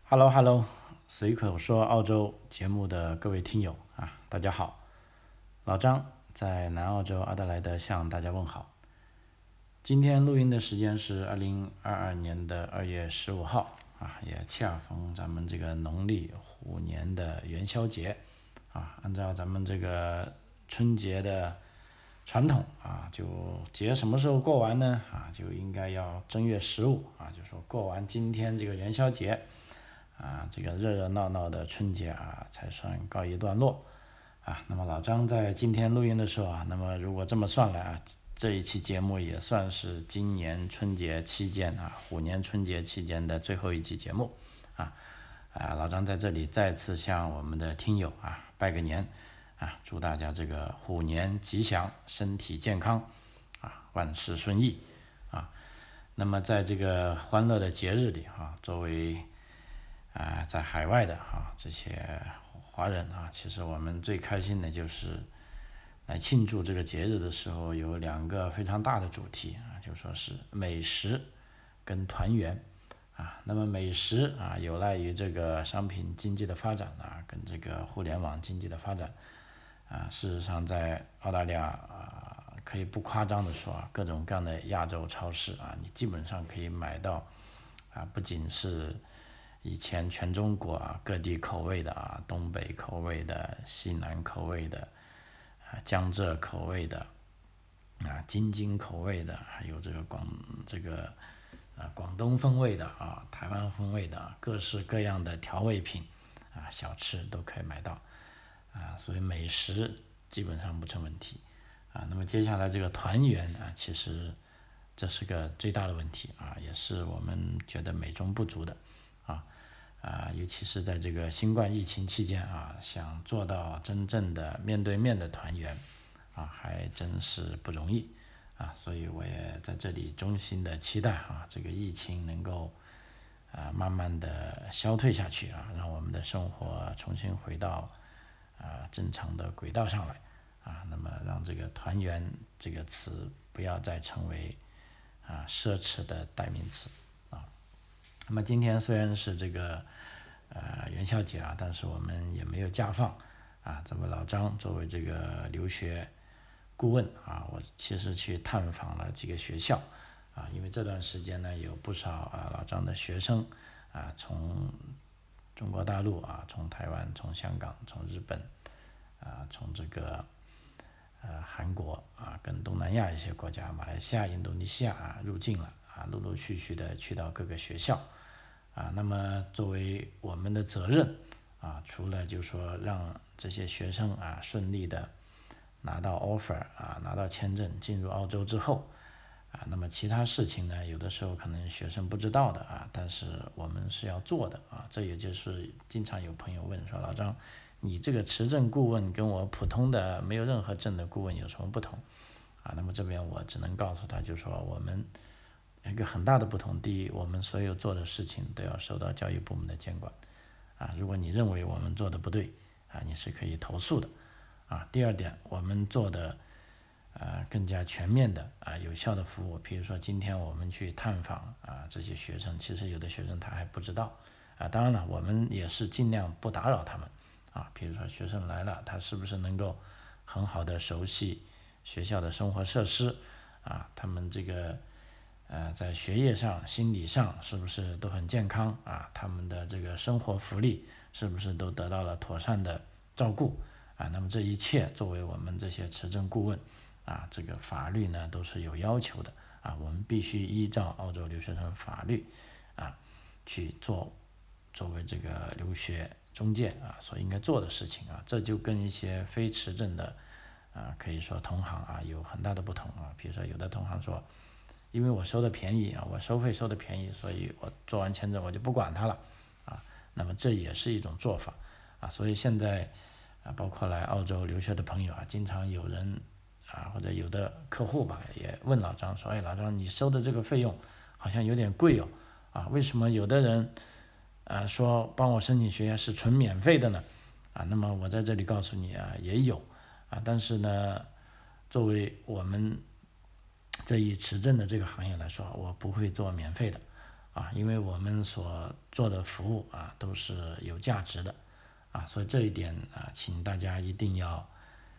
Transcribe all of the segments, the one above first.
Hello Hello，随口说澳洲节目的各位听友啊，大家好，老张在南澳洲阿德莱德向大家问好。今天录音的时间是2022年2月15号啊，也恰逢咱们这个农历虎年的元宵节啊。按照咱们这个春节的传统啊，就节什么时候过完呢？啊，就应该要正月15啊，就说过完今天这个元宵节。这个热热闹闹的春节啊，才算告一段落啊。那么老张在今天录音的时候啊，那么如果这么算来啊，这一期节目也算是今年春节期间啊，虎年春节期间的最后一期节目老张在这里再次向我们的听友啊拜个年啊，祝大家这个虎年吉祥，身体健康万事顺意那么在这个欢乐的节日里作为在海外的这些华人其实我们最开心的就是来庆祝这个节日的时候，有两个非常大的主题就说是美食跟团圆那么美食有赖于这个商品经济的发展跟这个互联网经济的发展事实上在澳大利亚可以不夸张的说各种各样的亚洲超市你基本上可以买到不仅是以前全中国各地口味的东北口味的、西南口味的、江浙口味的京津口味的，还有这个广东风味的台湾风味的各式各样的调味品小吃都可以买到所以美食基本上不成问题那么接下来这个团圆其实这是个最大的问题也是我们觉得美中不足的尤其是在这个新冠疫情期间想做到真正的面对面的团圆还真是不容易所以我也在这里衷心的期待这个疫情能够慢慢的消退下去让我们的生活重新回到正常的轨道上来那么让这个团圆这个词不要再成为奢侈的代名词那么今天虽然是这个元宵节但是我们也没有假放这位老张作为这个留学顾问我其实去探访了几个学校因为这段时间呢有不少老张的学生从中国大陆从台湾、从香港、从日本从这个韩国跟东南亚一些国家，马来西亚、印度尼西亚入境了陆陆续续的去到各个学校那么作为我们的责任除了就说让这些学生顺利的拿到 offer 拿到签证进入澳洲之后那么其他事情呢有的时候可能学生不知道的但是我们是要做的这也就是经常有朋友问说老张你这个持证顾问跟我普通的没有任何证的顾问有什么不同那么这边我只能告诉他就说我们一个很大的不同，第一我们所有做的事情都要受到教育部门的监管如果你认为我们做的不对你是可以投诉的第二点我们做的更加全面的有效的服务，比如说今天我们去探访这些学生，其实有的学生他还不知道当然了我们也是尽量不打扰他们比如说学生来了他是不是能够很好的熟悉学校的生活设施他们这个在学业上、心理上是不是都很健康他们的这个生活福利是不是都得到了妥善的照顾那么这一切作为我们这些持证顾问这个法律呢都是有要求的我们必须依照澳洲留学生法律去作为这个留学中介所应该做的事情这就跟一些非持证的可以说同行有很大的不同比如说有的同行说因为我收的便宜我收费收的便宜，所以我做完签证我就不管它了那么这也是一种做法所以现在包括来澳洲留学的朋友经常有人或者有的客户吧也问老张说老张你收的这个费用好像有点贵为什么有的人说帮我申请学校是纯免费的呢那么我在这里告诉你也有但是呢作为我们这一持证的这个行业来说我不会做免费的因为我们所做的服务都是有价值的所以这一点请大家一定要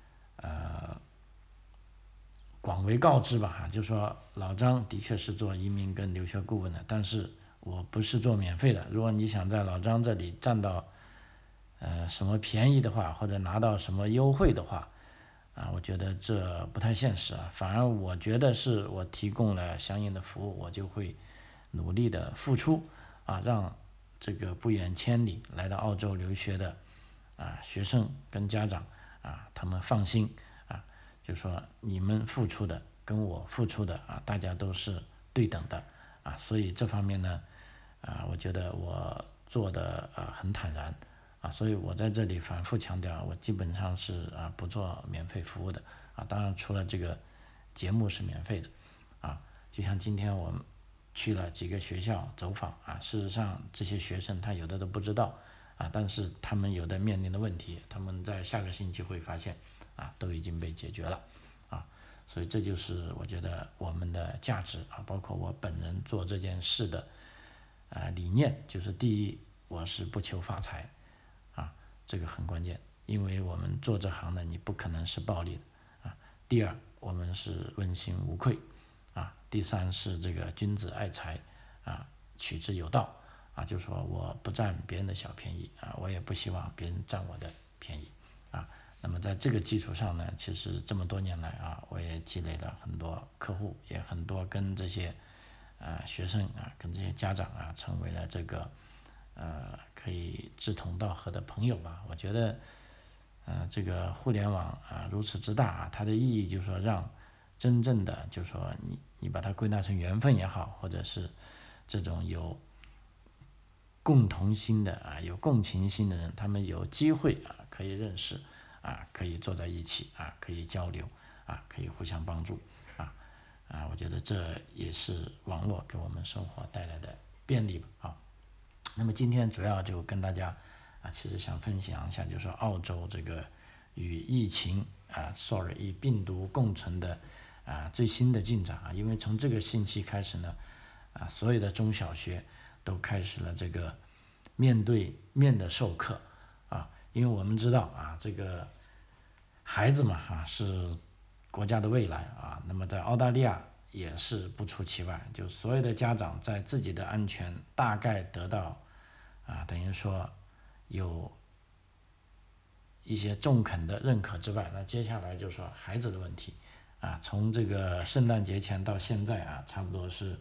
广为告知吧就说老张的确是做移民跟留学顾问的，但是我不是做免费的。如果你想在老张这里占到什么便宜的话，或者拿到什么优惠的话我觉得这不太现实反而我觉得是我提供了相应的服务，我就会努力的付出让这个不远千里来到澳洲留学的学生跟家长他们放心就说你们付出的跟我付出的大家都是对等的所以这方面呢我觉得我做的很坦然所以我在这里反复强调，我基本上是不做免费服务的当然除了这个节目是免费的就像今天我们去了几个学校走访事实上这些学生他有的都不知道但是他们有的面临的问题，他们在下个星期会发现都已经被解决了所以这就是我觉得我们的价值包括我本人做这件事的理念，就是第一，我是不求发财这个很关键，因为我们做这行的你不可能是暴利的第二，我们是问心无愧第三是这个君子爱财取之有道就是说我不占别人的小便宜我也不希望别人占我的便宜那么在这个基础上呢，其实这么多年来我也积累了很多客户，也很多跟这些学生跟这些家长成为了这个可以志同道合的朋友吧。我觉得这个互联网如此之大它的意义就是说让真正的就是说你把它归纳成缘分也好，或者是这种有共同心的有共情心的人，他们有机会可以认识可以坐在一起可以交流可以互相帮助我觉得这也是网络给我们生活带来的便利吧那么今天主要就跟大家其实想分享一下，就是说澳洲这个与疫情与病毒共存的最新的进展因为从这个星期开始呢所有的中小学都开始了这个面对面的授课因为我们知道这个孩子嘛是国家的未来那么在澳大利亚也是不出其外，就所有的家长在自己的安全大概得到等于说有一些中肯的认可之外，那接下来就说孩子的问题从这个圣诞节前到现在差不多是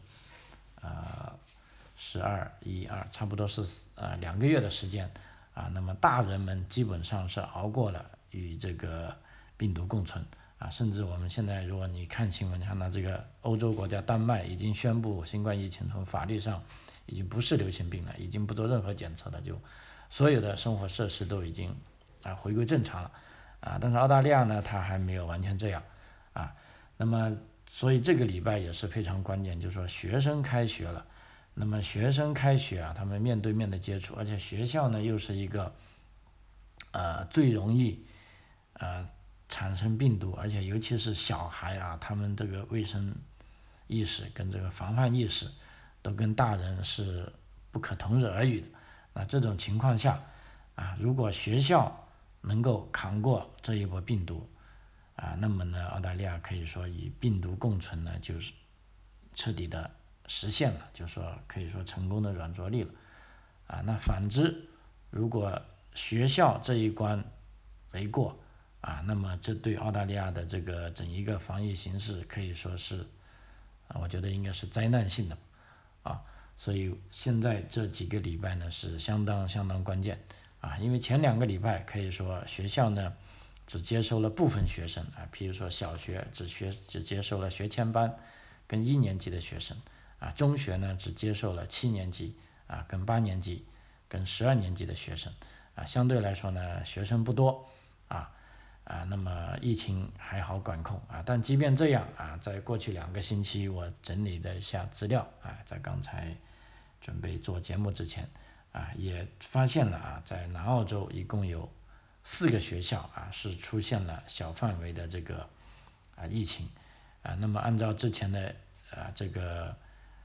差不多是2个月的时间那么大人们基本上是熬过了与这个病毒共存甚至我们现在如果你看新闻看到这个欧洲国家丹麦已经宣布新冠疫情从法律上已经不是流行病了，已经不做任何检测了，就所有的生活设施都已经回归正常了但是澳大利亚呢它还没有完全这样那么所以这个礼拜也是非常关键，就是说学生开学了，那么学生开学他们面对面的接触，而且学校呢又是一个最容易产生病毒，而且尤其是小孩他们这个卫生意识跟这个防范意识都跟大人是不可同日而语的那这种情况下如果学校能够扛过这一波病毒那么呢澳大利亚可以说与病毒共存呢就是彻底的实现了，就是说可以说成功的软着陆了那反之如果学校这一关没过那么这对澳大利亚的这个整一个防疫形势可以说是我觉得应该是灾难性的所以现在这几个礼拜呢是相当关键因为前2个礼拜可以说学校呢只接收了部分学生譬如说小学只接收了学前班跟1年级的学生中学呢只接受了7年级跟8年级跟12年级的学生相对来说呢学生不多那么疫情还好管控但即便这样在过去2个星期我整理了一下资料在刚才准备做节目之前也发现了在南澳洲一共有4个学校是出现了小范围的这个疫情那么按照之前的这个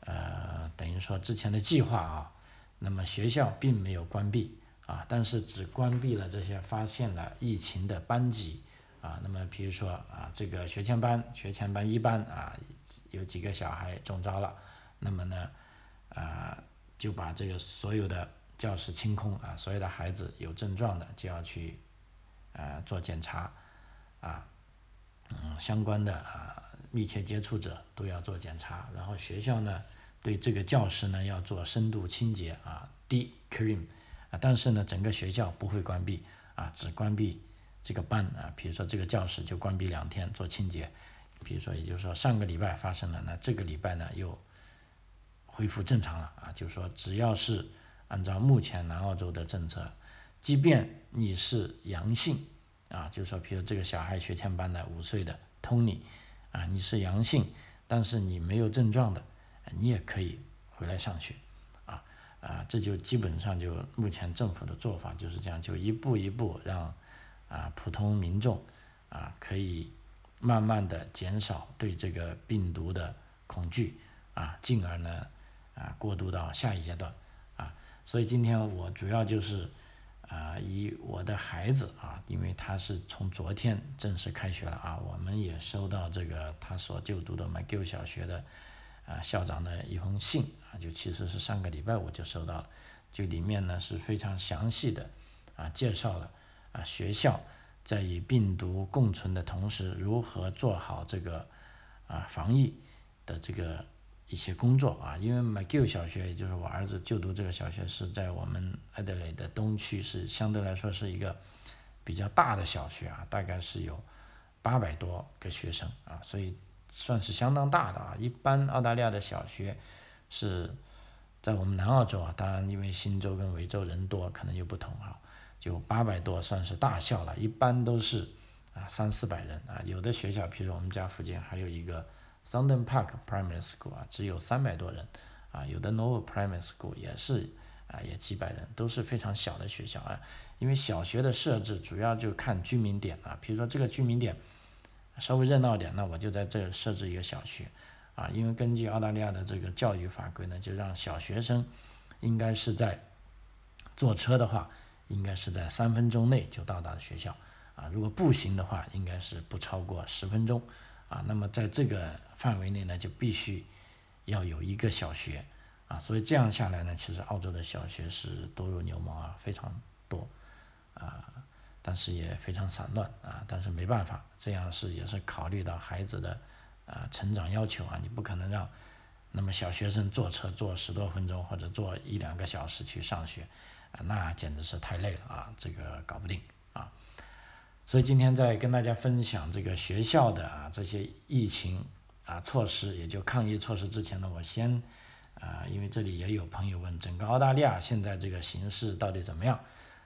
等于说之前的计划啊，那么学校并没有关闭啊，但是只关闭了这些发现了疫情的班级啊。那么比如说啊，这个学前班一班啊，有几个小孩中招了，那么呢就把这个所有的教室清空啊，所有的孩子有症状的就要去做检查啊，相关的密切接触者都要做检查，然后学校呢对这个教室呢要做深度清洁啊 ，deep clean 啊，但是呢整个学校不会关闭啊，只关闭这个班啊，比如说这个教室就关闭2天做清洁，比如说也就是说上个礼拜发生了，那这个礼拜呢又恢复正常了啊，就是说只要是按照目前南澳洲的政策，即便你是阳性啊，就是说比如这个小孩学前班的5岁的 Tony 啊，你是阳性，但是你没有症状的，你也可以回来上学这就基本上就目前政府的做法就是这样，就一步一步让普通民众可以慢慢的减少对这个病毒的恐惧进而呢过渡到下一阶段所以今天我主要就是以我的孩子因为他是从昨天正式开学了我们也收到这个他所就读的 McGill 小学的校长的一封信就其实是上个礼拜我就收到了，就里面呢是非常详细的介绍了学校在与病毒共存的同时如何做好这个防疫的这个一些工作因为 McGill 小学也就是我儿子就读这个小学是在我们 Adelaide 的东区，是相对来说是一个比较大的小学大概是有800多个学生所以算是相当大的一般澳大利亚的小学是在我们南澳洲当然因为新州跟维州人多可能又不同就800多算是大校了，一般都是300-400人有的学校比如我们家附近还有一个 Thorndon Park Primary School 只有300多人有的 Noel Primary School 也是也几百人，都是非常小的学校因为小学的设置主要就看居民点比如说这个居民点稍微热闹点，那我就在这设置一个小学因为根据澳大利亚的这个教育法规呢，就让小学生应该是在坐车的话应该是在3分钟内就到达学校如果步行的话应该是不超过10分钟那么在这个范围内呢就必须要有一个小学所以这样下来呢，其实澳洲的小学是多如牛毛非常多但是也非常散乱但是没办法，这样也是考虑到孩子的成长要求你不可能让那么小学生坐车坐10多分钟或者坐1-2个小时去上学那简直是太累了这个搞不定所以今天在跟大家分享这个学校的这些疫情措施，也就抗疫措施之前呢，我先因为这里也有朋友问整个澳大利亚现在这个形势到底怎么样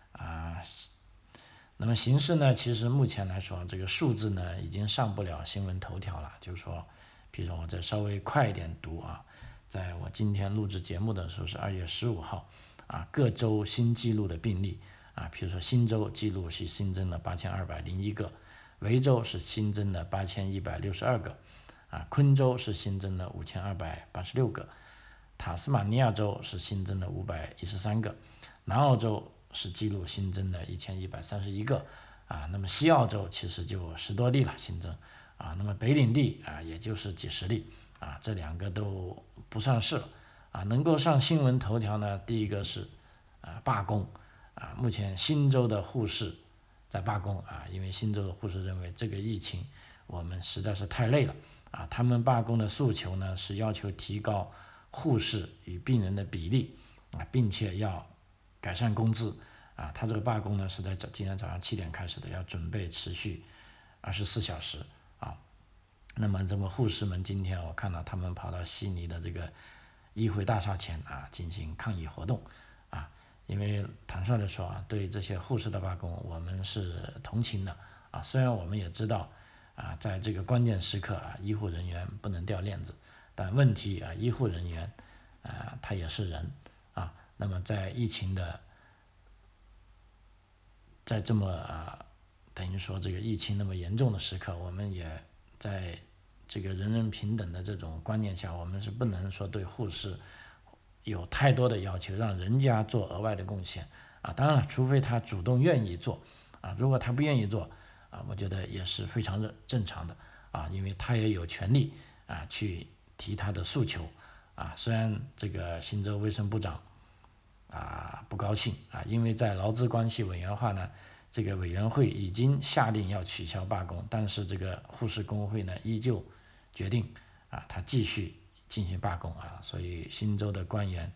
那么形势呢，其实目前来说这个数字呢已经上不了新闻头条了，就是说比如说我再稍微快一点读在我今天录制节目的时候是2月15号各州新记录的病例比如说新州记录是新增了8201个，维州是新增了8162个昆州是新增了5286个，塔斯马尼亚州是新增了513个，南澳洲是记录新增的1131个那么西澳洲其实就10多例了新增那么北领地也就是几十例这2个都不算是能够上新闻头条呢，第一个是罢工目前新州的护士在罢工因为新州的护士认为这个疫情我们实在是太累了他们罢工的诉求呢是要求提高护士与病人的比例并且要改善工资他这个罢工呢是在今天早上7点开始的，要准备持续24小时那么这么护士们今天我看到他们跑到悉尼的这个议会大厦前进行抗议活动因为坦率的说对这些护士的罢工我们是同情的虽然我们也知道在这个关键时刻医护人员不能掉链子，但问题医护人员他也是人那么在疫情的在这么等于说这个疫情那么严重的时刻，我们也在这个人人平等的这种观念下，我们是不能说对护士有太多的要求，让人家做额外的贡献啊。当然了，除非他主动愿意做啊，如果他不愿意做啊，我觉得也是非常的正常的啊，因为他也有权利啊去提他的诉求啊。虽然这个新州卫生部长不高兴啊，因为在劳资关系委员会呢，这个委员会已经下令要取消罢工，但是这个护士工会呢依旧决定他继续进行罢工所以新州的官员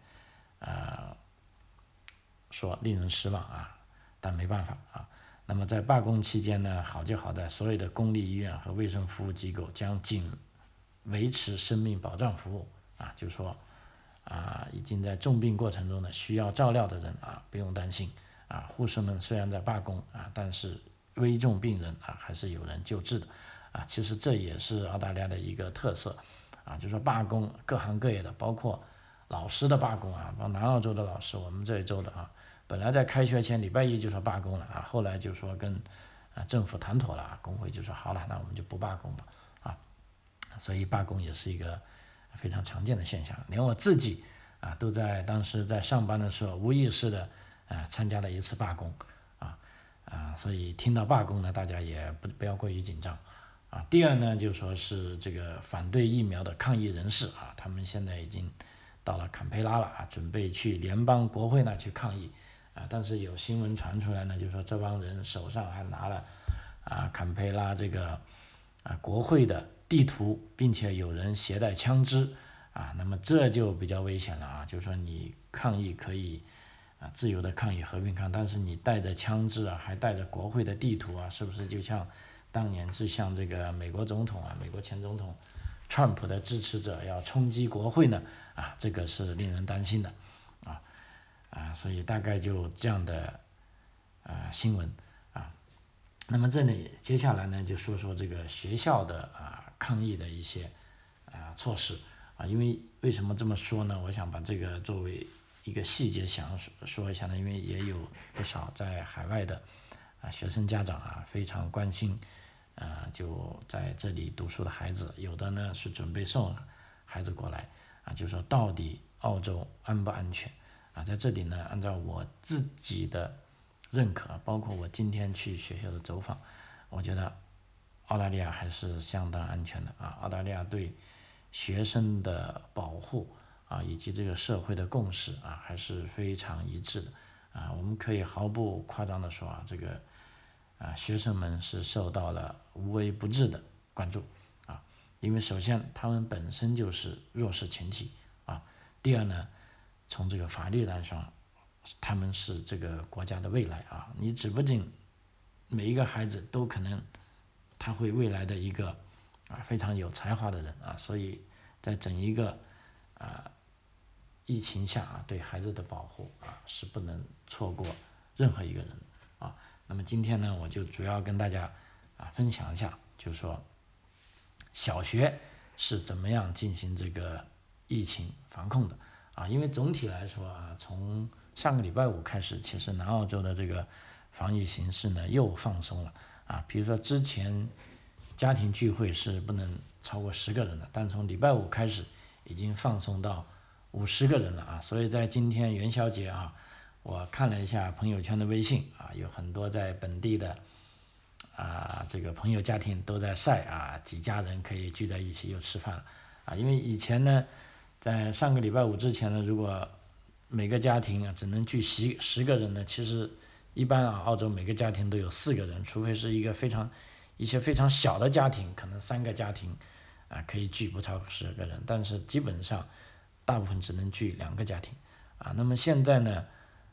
说令人失望但没办法那么在罢工期间呢，好就好在所有的公立医院和卫生服务机构将仅维持生命保障服务就是说已经在重病过程中呢需要照料的人不用担心护士们虽然在罢工但是危重病人还是有人救治的其实这也是澳大利亚的一个特色就是说罢工各行各业的，包括老师的罢工包括南澳洲的老师，我们这一周的本来在开学前礼拜一就说罢工了后来就说跟政府谈妥了工会就说好了，那我们就不罢工吧所以罢工也是一个非常常见的现象，连我自己都在当时在上班的时候无意识的参加了一次罢工所以听到罢工呢，大家也不要过于紧张第二呢，就说是这个反对疫苗的抗议人士他们现在已经到了坎培拉了准备去联邦国会那去抗议但是有新闻传出来呢，就说这帮人手上还拿了坎培拉这个国会的地图，并且有人携带枪支那么这就比较危险了就是说你抗议可以自由的抗议和平抗议，但是你带着枪支还带着国会的地图是不是就像当年是像这个美国总统美国前总统川普的支持者要冲击国会呢这个是令人担心的所以大概就这样的新闻那么这里接下来呢就说说这个学校的抗议的一些措施因为什么这么说呢？我想把这个作为一个细节想说一下呢，因为也有不少在海外的学生家长非常关心就在这里读书的孩子，有的呢是准备送孩子过来就说到底澳洲安不安全在这里呢，按照我自己的认可，包括我今天去学校的走访，我觉得澳大利亚还是相当安全的澳大利亚对学生的保护以及这个社会的共识还是非常一致的我们可以毫不夸张的说这个学生们是受到了无微不至的关注因为首先他们本身就是弱势群体第二呢，从这个法律来说，他们是这个国家的未来你指不定每一个孩子都可能他会未来的一个非常有才华的人所以在整一个疫情下对孩子的保护是不能错过任何一个人那么今天呢，我就主要跟大家分享一下，就是说小学是怎么样进行这个疫情防控的因为总体来说从上个礼拜五开始，其实南澳洲的这个防疫形势呢又放松了比如说之前家庭聚会是不能超过10个人的，但从礼拜五开始已经放松到50个人了所以在今天元宵节我看了一下朋友圈的微信有很多在本地的这个朋友家庭都在晒几家人可以聚在一起又吃饭了因为以前呢，在上个礼拜五之前呢，如果每个家庭只能聚10个人呢，其实一般澳洲每个家庭都有4个人，除非是一些非常小的家庭，可能3个家庭可以聚不超过10个人，但是基本上大部分只能聚2个家庭那么现在呢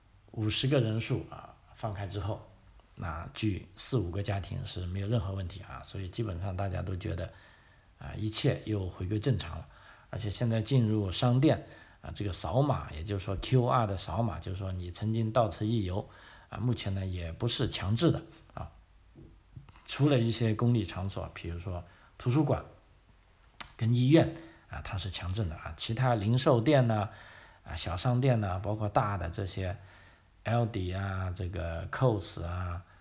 50个人数放开之后，那聚4-5个家庭是没有任何问题所以基本上大家都觉得一切又回归正常了，而且现在进入商店这个扫码，也就是说 QR 的扫码，就是说你曾经到此一游目前呢也不是强制的除了一些公立场所，比如说图书馆跟医院它是强制的其他零售店小商店包括大的这些 LD 这个 Coles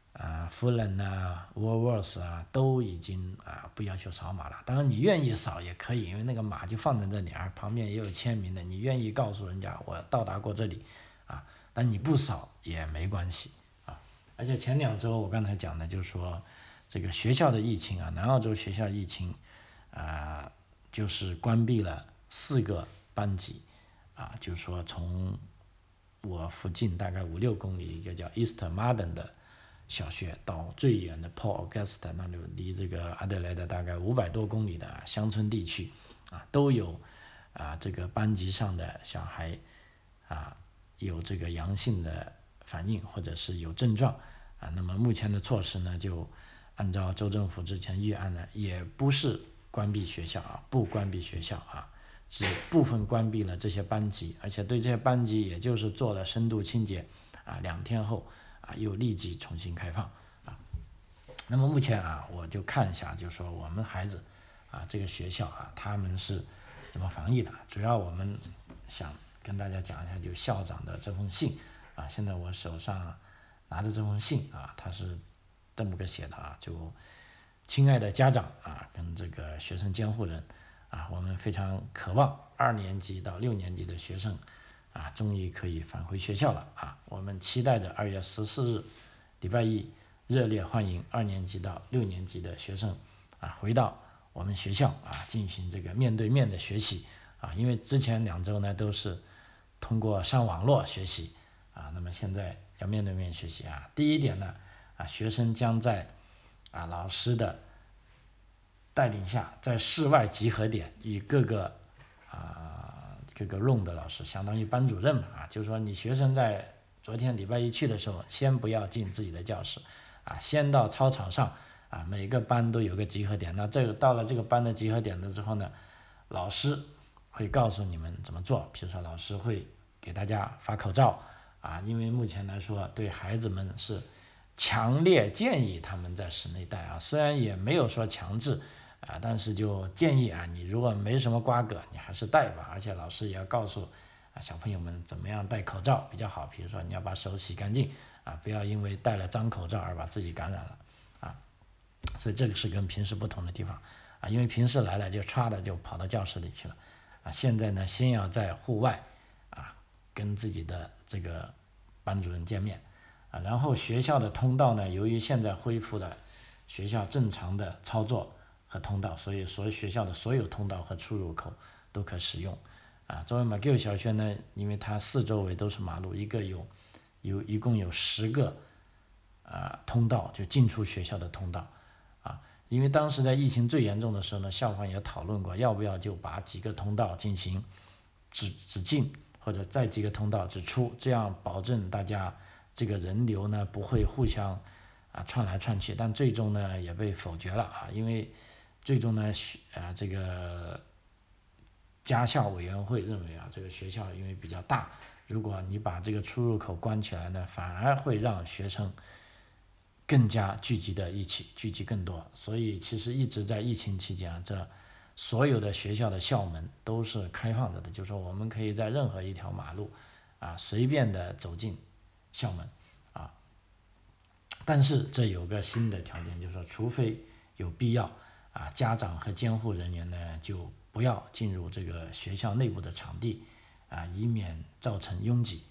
夫人呐、沃尔沃斯啊，都已经不要求扫码了。当然你愿意扫也可以，因为那个码就放在这里旁边也有签名的，你愿意告诉人家我到达过这里但你不扫也没关系而且前2周我刚才讲的就是说这个学校的疫情南澳洲学校疫情就是关闭了4个班级就是说从我附近大概5-6公里一个叫 East Marden 的小学到最远的 Port Augusta 那里离这个阿德莱德大概500多公里的乡村地区都有这个班级上的小孩有这个阳性的反应或者是有症状那么目前的措施呢就按照州政府之前预案呢也不是关闭学校不关闭学校只部分关闭了这些班级，而且对这些班级也就是做了深度清洁2天后又立即重新开放那么目前我就看一下就是说我们孩子这个学校他们是怎么防疫的，主要我们想跟大家讲一下就校长的这封信现在我手上拿着这封信他是这么个写的就亲爱的家长跟这个学生监护人我们非常渴望2年级到6年级的学生终于可以返回学校了我们期待着2月14日礼拜一热烈欢迎2年级到6年级的学生回到我们学校进行这个面对面的学习因为之前2周呢都是通过上网络学习那么现在要面对面学习第一点呢学生将在老师的带领下在室外集合点与各个 room 的老师相当于班主任嘛就是说你学生在昨天礼拜一去的时候先不要进自己的教室先到操场上每个班都有个集合点，那这个到了这个班的集合点的之后呢老师会告诉你们怎么做，比如说老师会给大家发口罩因为目前来说对孩子们是强烈建议他们在室内戴虽然也没有说强制但是就建议你如果没什么瓜葛你还是戴吧，而且老师也要告诉小朋友们怎么样戴口罩比较好，比如说你要把手洗干净不要因为戴了脏口罩而把自己感染了所以这个是跟平时不同的地方因为平时来了就歘的就跑到教室里去了现在呢先要在户外跟自己的这个班主任见面然后学校的通道呢由于现在恢复了学校正常的操作和通道，所以学校的所有通道和出入口都可使用作为 McGill 小学呢因为它4周围都是马路，一共有10个通道，就进出学校的通道因为当时在疫情最严重的时候呢校方也讨论过要不要就把几个通道进行只进或者再几个通道只出，这样保证大家这个人流呢不会互相串来串去，但最终呢也被否决了因为最终呢这个家校委员会认为这个学校因为比较大，如果你把这个出入口关起来呢反而会让学生更加聚集在一起，聚集更多，所以其实一直在疫情期间这所有的学校的校门都是开放着的，就是说我们可以在任何一条马路随便的走进校门但是这有个新的条件，就是说除非有必要家长和监护人员呢就不要进入这个学校内部的场地以免造成拥挤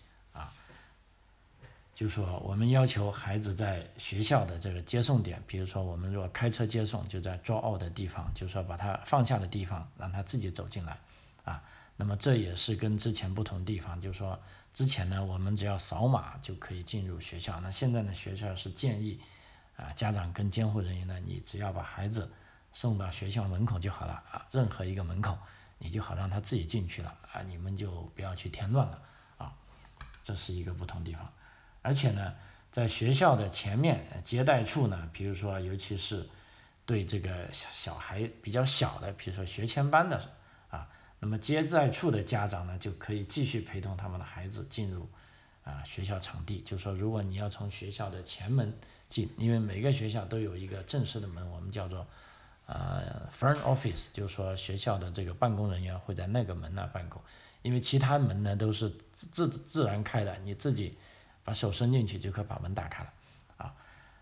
就是说我们要求孩子在学校的这个接送点，比如说我们如果开车接送就在 drop out 的地方，就是说把他放下的地方让他自己走进来那么这也是跟之前不同的地方，就是说之前呢我们只要扫码就可以进入学校，那现在呢学校是建议家长跟监护人员呢你只要把孩子送到学校门口就好了任何一个门口你就好让他自己进去了你们就不要去添乱了这是一个不同地方。而且呢在学校的前面接待处呢，比如说尤其是对这个小孩比较小的，比如说学前班的那么接待处的家长呢就可以继续陪同他们的孩子进入学校场地，就是说如果你要从学校的前门进，因为每个学校都有一个正式的门，我们叫做front office， 就是说学校的这个办公人员会在那个门那办公，因为其他门呢都是自然开的，你自己把手伸进去就可以把门打开了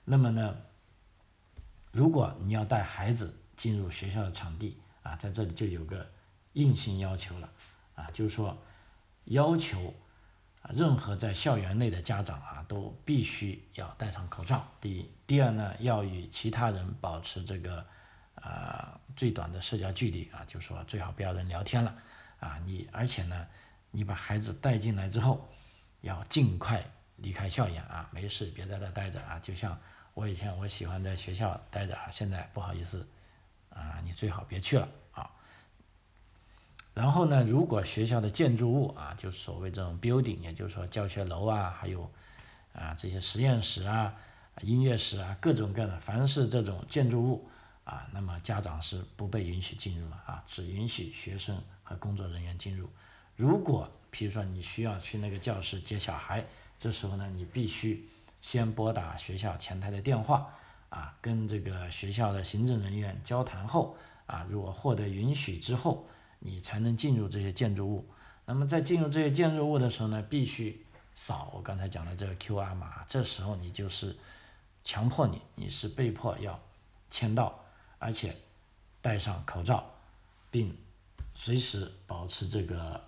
那么呢，如果你要带孩子进入学校的场地啊，在这里就有个硬性要求了啊，就是说要求任何在校园内的家长啊，都必须要戴上口罩。第一，第二呢，要与其他人保持这个最短的社交距离啊，就是说最好不要人聊天了啊。而且呢，你把孩子带进来之后，要尽快离开校园啊，没事别在这待着啊。就像我以前我喜欢在学校待着啊，现在不好意思啊，你最好别去了啊。然后呢，如果学校的建筑物啊，就所谓这种 building， 也就是说教学楼啊，还有这些实验室啊、音乐室啊，各种各样的，凡是这种建筑物啊，那么家长是不被允许进入了啊，只允许学生和工作人员进入。如果比如说你需要去那个教室接小孩，这时候呢，你必须先拨打学校前台的电话啊，跟这个学校的行政人员交谈后啊，如果获得允许之后，你才能进入这些建筑物。那么在进入这些建筑物的时候呢，必须扫我刚才讲的这个 QR 码，这时候你就是强迫你是被迫要签到，而且戴上口罩，并随时保持这个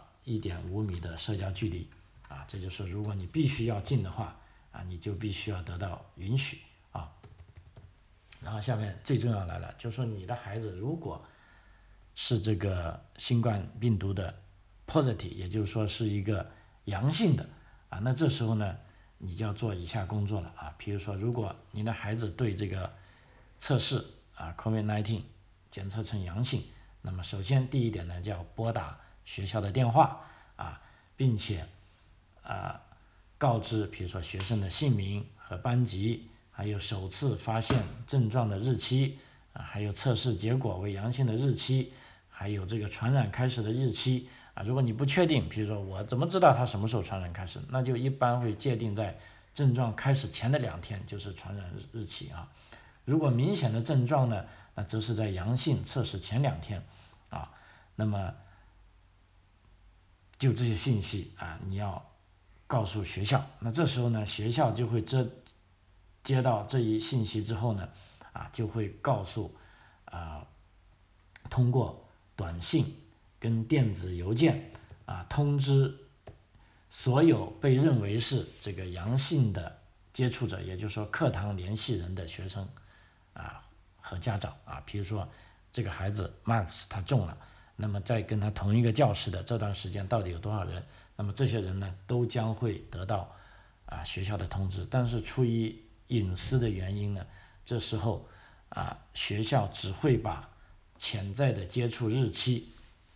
1.5米的社交距离啊。这就是如果你必须要进的话啊，你就必须要得到允许啊。然后下面最重要来了，就是说你的孩子如果是这个新冠病毒的 positive， 也就是说是一个阳性的啊，那这时候呢，你就要做以下工作了啊。比如说，如果你的孩子对这个测试啊 COVID-19 检测成阳性，那么首先第一点呢，就要拨打学校的电话啊，并且告知比如说学生的姓名和班级，还有首次发现症状的日期啊，还有测试结果为阳性的日期，还有这个传染开始的日期啊。如果你不确定，比如说我怎么知道他什么时候传染开始，那就一般会界定在症状开始前的2天就是传染日期啊。如果明显的症状呢，那则是在阳性测试前2天啊。那么就这些信息啊，你要告诉学校。那这时候呢，学校就会接到这一信息之后呢，就会告诉通过短信跟电子邮件通知所有被认为是这个阳性的接触者，也就是说课堂联系人的学生和家长比如说这个孩子 Max 他中了，那么在跟他同一个教室的这段时间到底有多少人，那么这些人呢都将会得到学校的通知。但是出于隐私的原因呢，这时候学校只会把潜在的接触日期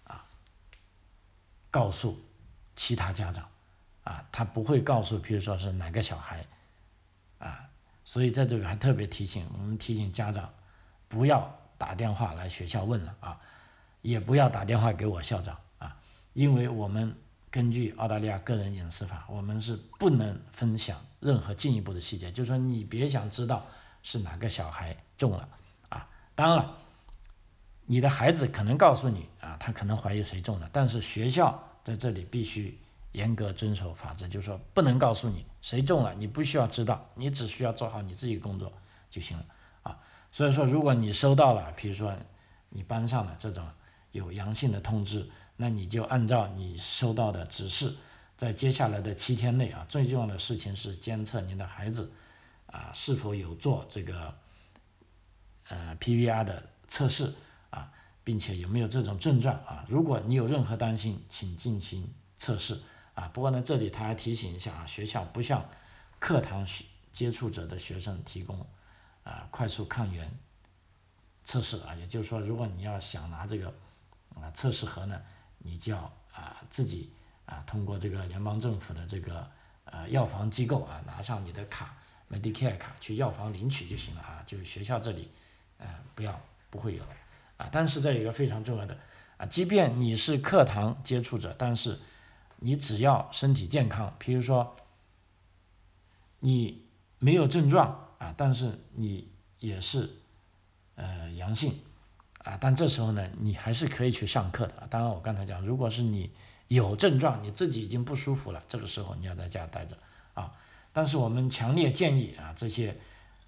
告诉其他家长他不会告诉比如说是哪个小孩所以在这里还特别我们提醒家长不要打电话来学校问了也不要打电话给我校长因为我们根据澳大利亚个人隐私法，我们是不能分享任何进一步的细节，就是说你别想知道是哪个小孩中了当然了，你的孩子可能告诉你他可能怀疑谁中了，但是学校在这里必须严格遵守法则，就是说不能告诉你谁中了，你不需要知道，你只需要做好你自己的工作就行了所以说如果你收到了比如说你班上的这种有阳性的通知，那你就按照你收到的指示，在接下来的7天内最重要的事情是监测您的孩子是否有做这个PVR 的测试并且有没有这种症状如果你有任何担心，请进行测试不过呢，这里他还提醒一下学校不向课堂接触者的学生提供快速抗原测试也就是说，如果你要想拿这个测试盒呢，你就要自己通过这个联邦政府的这个药房机构拿上你的卡 Medicare 卡去药房领取就行了就是学校这里不会有但是这有一个非常重要的即便你是课堂接触者，但是你只要身体健康，比如说你没有症状但是你也是阳性但这时候呢，你还是可以去上课的当然我刚才讲，如果是你有症状，你自己已经不舒服了，这个时候你要在家待着但是我们强烈建议这些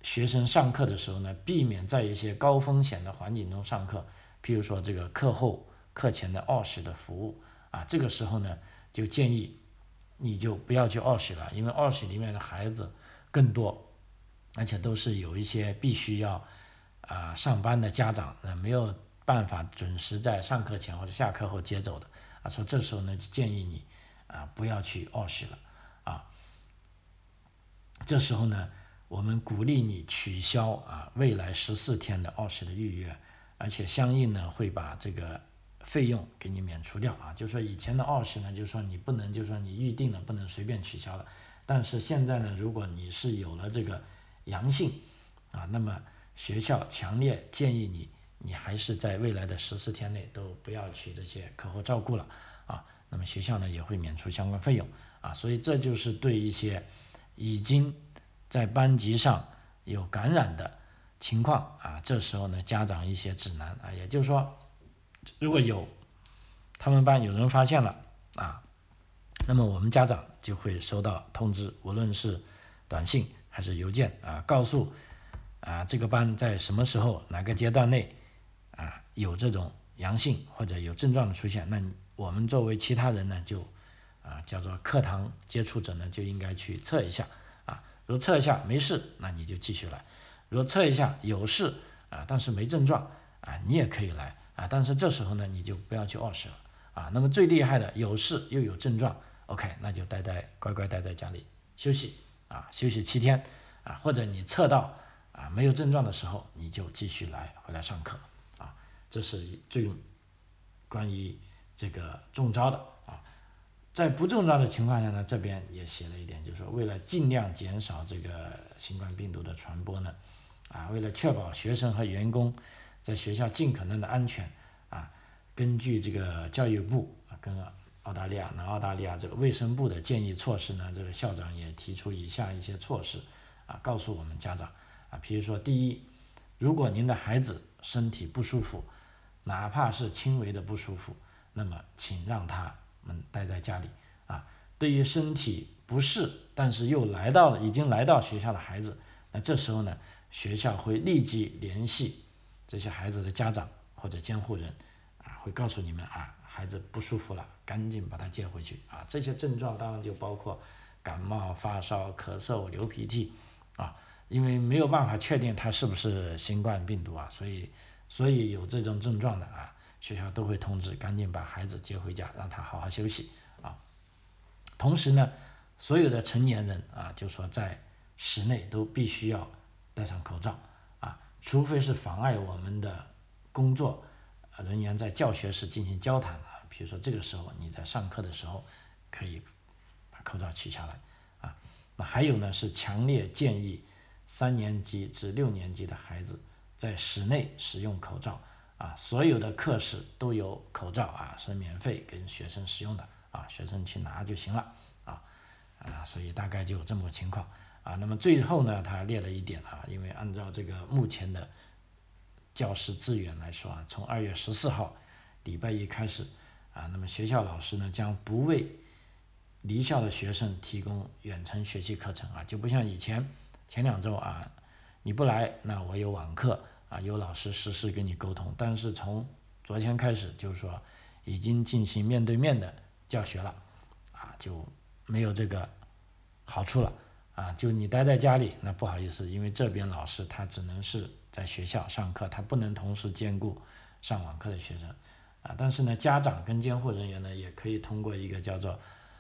学生上课的时候呢，避免在一些高风险的环境中上课，譬如说这个课后、课前的2室的服务啊，这个时候呢，就建议你就不要去2室了，因为2室里面的孩子更多，而且都是有一些必须要上班的家长，没有办法准时在上课前或者下课后接走的啊，所以这时候呢，就建议你不要去2室了啊。这时候呢，我们鼓励你取消未来14天的2室的预约，而且相应呢会把这个费用给你免除掉啊。就是说以前的2室呢，就是说你不能，就是说你预定了不能随便取消的。但是现在呢，如果你是有了这个阳性那么学校强烈建议你还是在未来的14天内都不要去这些课后照顾了那么学校呢也会免除相关费用所以这就是对一些已经在班级上有感染的情况这时候呢家长一些指南也就是说，如果他们班有人发现了那么我们家长就会收到通知，无论是短信还是邮件告诉这个班在什么时候哪个阶段内有这种阳性或者有症状的出现，那我们作为其他人呢就叫做课堂接触者呢就应该去测一下如果测一下没事，那你就继续来；如果测一下有事但是没症状你也可以来但是这时候呢你就不要去2室了那么最厉害的有事又有症状 OK， 那就乖乖待在家里休息休息7天或者你测到没有症状的时候，你就继续回来上课这是最关于这个中招的在不中招的情况下呢，这边也写了一点，就是说为了尽量减少这个新冠病毒的传播呢为了确保学生和员工在学校尽可能的安全根据这个教育部跟南澳大利亚这个卫生部的建议措施呢，这个校长也提出以下一些措施告诉我们家长比如说第一，如果您的孩子身体不舒服，哪怕是轻微的不舒服，那么请让他们待在家里对于身体不适但是又已经来到学校的孩子，那这时候呢，学校会立即联系这些孩子的家长或者监护人会告诉你们孩子不舒服了，赶紧把他接回去这些症状当然就包括感冒、发烧、咳嗽、流鼻涕因为没有办法确定他是不是新冠病毒所以有这种症状的学校都会通知赶紧把孩子接回家，让他好好休息同时呢，所有的成年人就说在室内都必须要戴上口罩除非是妨碍我们的工作人员在教学时进行交谈比如说这个时候你在上课的时候可以把口罩取下来那还有呢是强烈建议3年级至6年级的孩子在室内使用口罩所有的课室都有口罩是免费跟学生使用的学生去拿就行了所以大概就有这么个情况那么最后呢他列了一点因为按照这个目前的教师资源来说从2月14号礼拜一开始那么学校老师呢将不为离校的学生提供远程学习课程就不像以前前2周你不来，那我有网课有老师实时跟你沟通，但是从昨天开始就是说已经进行面对面的教学了就没有这个好处了就你待在家里，那不好意思，因为这边老师他只能是在学校上课，他不能同时兼顾上网课的学生但是呢家长跟监护人员呢也可以通过一个叫做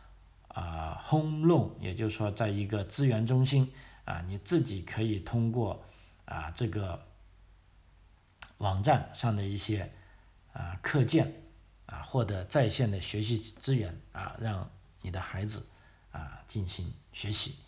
home room， 也就是说在一个资源中心你自己可以通过这个网站上的一些课件获得在线的学习资源让你的孩子进行学习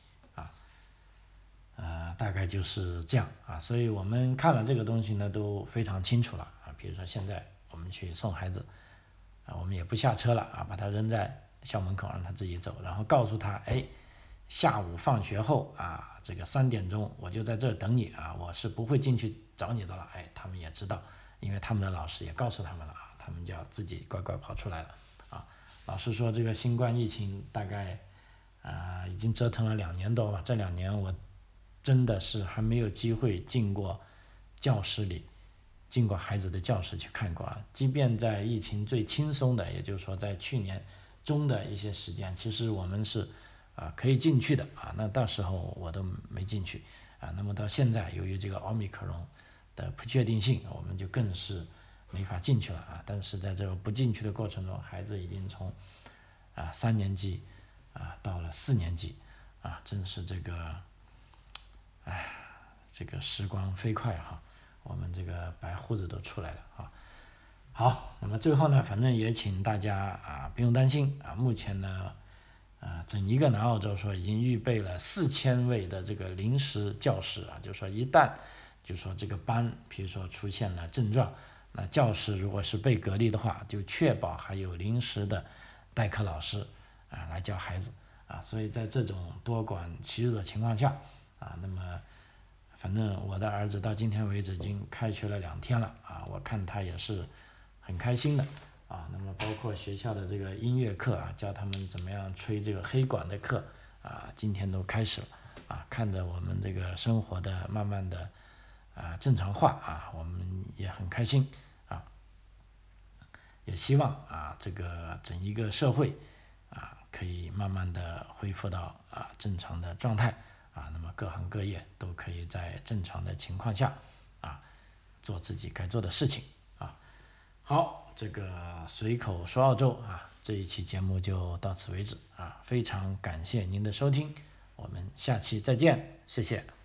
大概就是这样所以我们看了这个东西呢都非常清楚了比如说现在我们去送孩子我们也不下车了把他扔在校门口让他自己走，然后告诉他下午放学后这个3点钟我就在这等你我是不会进去找你的了他们也知道，因为他们的老师也告诉他们了他们就要自己乖乖跑出来了老师说这个新冠疫情大概已经折腾了2年多吧，这2年我真的是还没有机会进过教室里，进过孩子的教室去看过啊。即便在疫情最轻松的，也就是说在去年中的一些时间，其实我们是可以进去的啊。那到时候我都没进去啊。那么到现在，由于这个奥密克戎的不确定性，我们就更是没法进去了啊。但是在这个不进去的过程中，孩子已经从3年级到了4年级啊，真是这个这个时光飞快哈，我们这个白胡子都出来了啊。好，那么最后呢，反正也请大家不用担心啊。目前呢，整一个南澳洲说已经预备了4000位的这个临时教师啊，就是说一旦就是说这个班，比如说出现了症状，那教师如果是被隔离的话，就确保还有临时的代课老师来教孩子啊。所以在这种多管齐下的情况下那么反正我的儿子到今天为止已经开学了2天了我看他也是很开心的那么包括学校的这个音乐课教他们怎么样吹这个黑管的课今天都开始了看着我们这个生活的慢慢的正常化我们也很开心也希望这个整一个社会可以慢慢的恢复到正常的状态那么各行各业都可以在正常的情况下做自己该做的事情好，这个随口说澳洲这一期节目就到此为止非常感谢您的收听，我们下期再见，谢谢。